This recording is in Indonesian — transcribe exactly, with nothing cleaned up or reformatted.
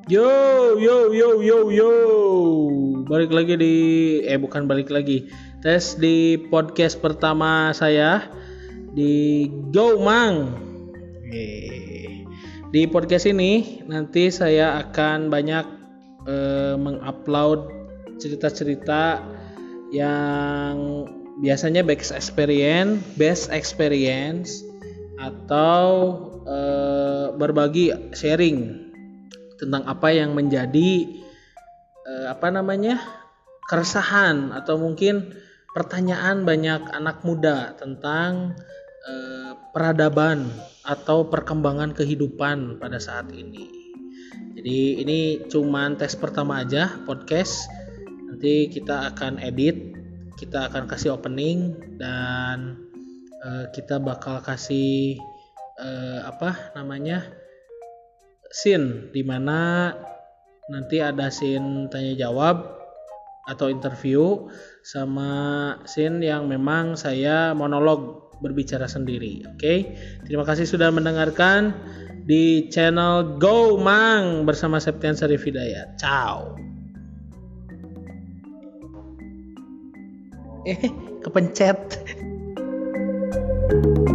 Yo yo yo yo yo. Balik lagi di eh bukan balik lagi. Tes di podcast pertama saya di Go Mang. Eh, Di podcast ini nanti saya akan banyak eh, mengupload cerita-cerita yang biasanya best experience, best experience atau eh, berbagi sharing tentang apa yang menjadi eh, apa namanya keresahan atau mungkin pertanyaan banyak anak muda tentang eh, peradaban atau perkembangan kehidupan pada saat ini. Jadi ini cuman tes pertama aja podcast. Nanti kita akan edit, kita akan kasih opening dan eh, kita bakal kasih eh, apa namanya scene di mana nanti ada scene tanya jawab atau interview sama scene yang memang saya monolog berbicara sendiri. Oke, okay? Terima kasih sudah mendengarkan di channel Go Mang bersama Septian Syarif Hidayat. Ciao. Eh, kepencet.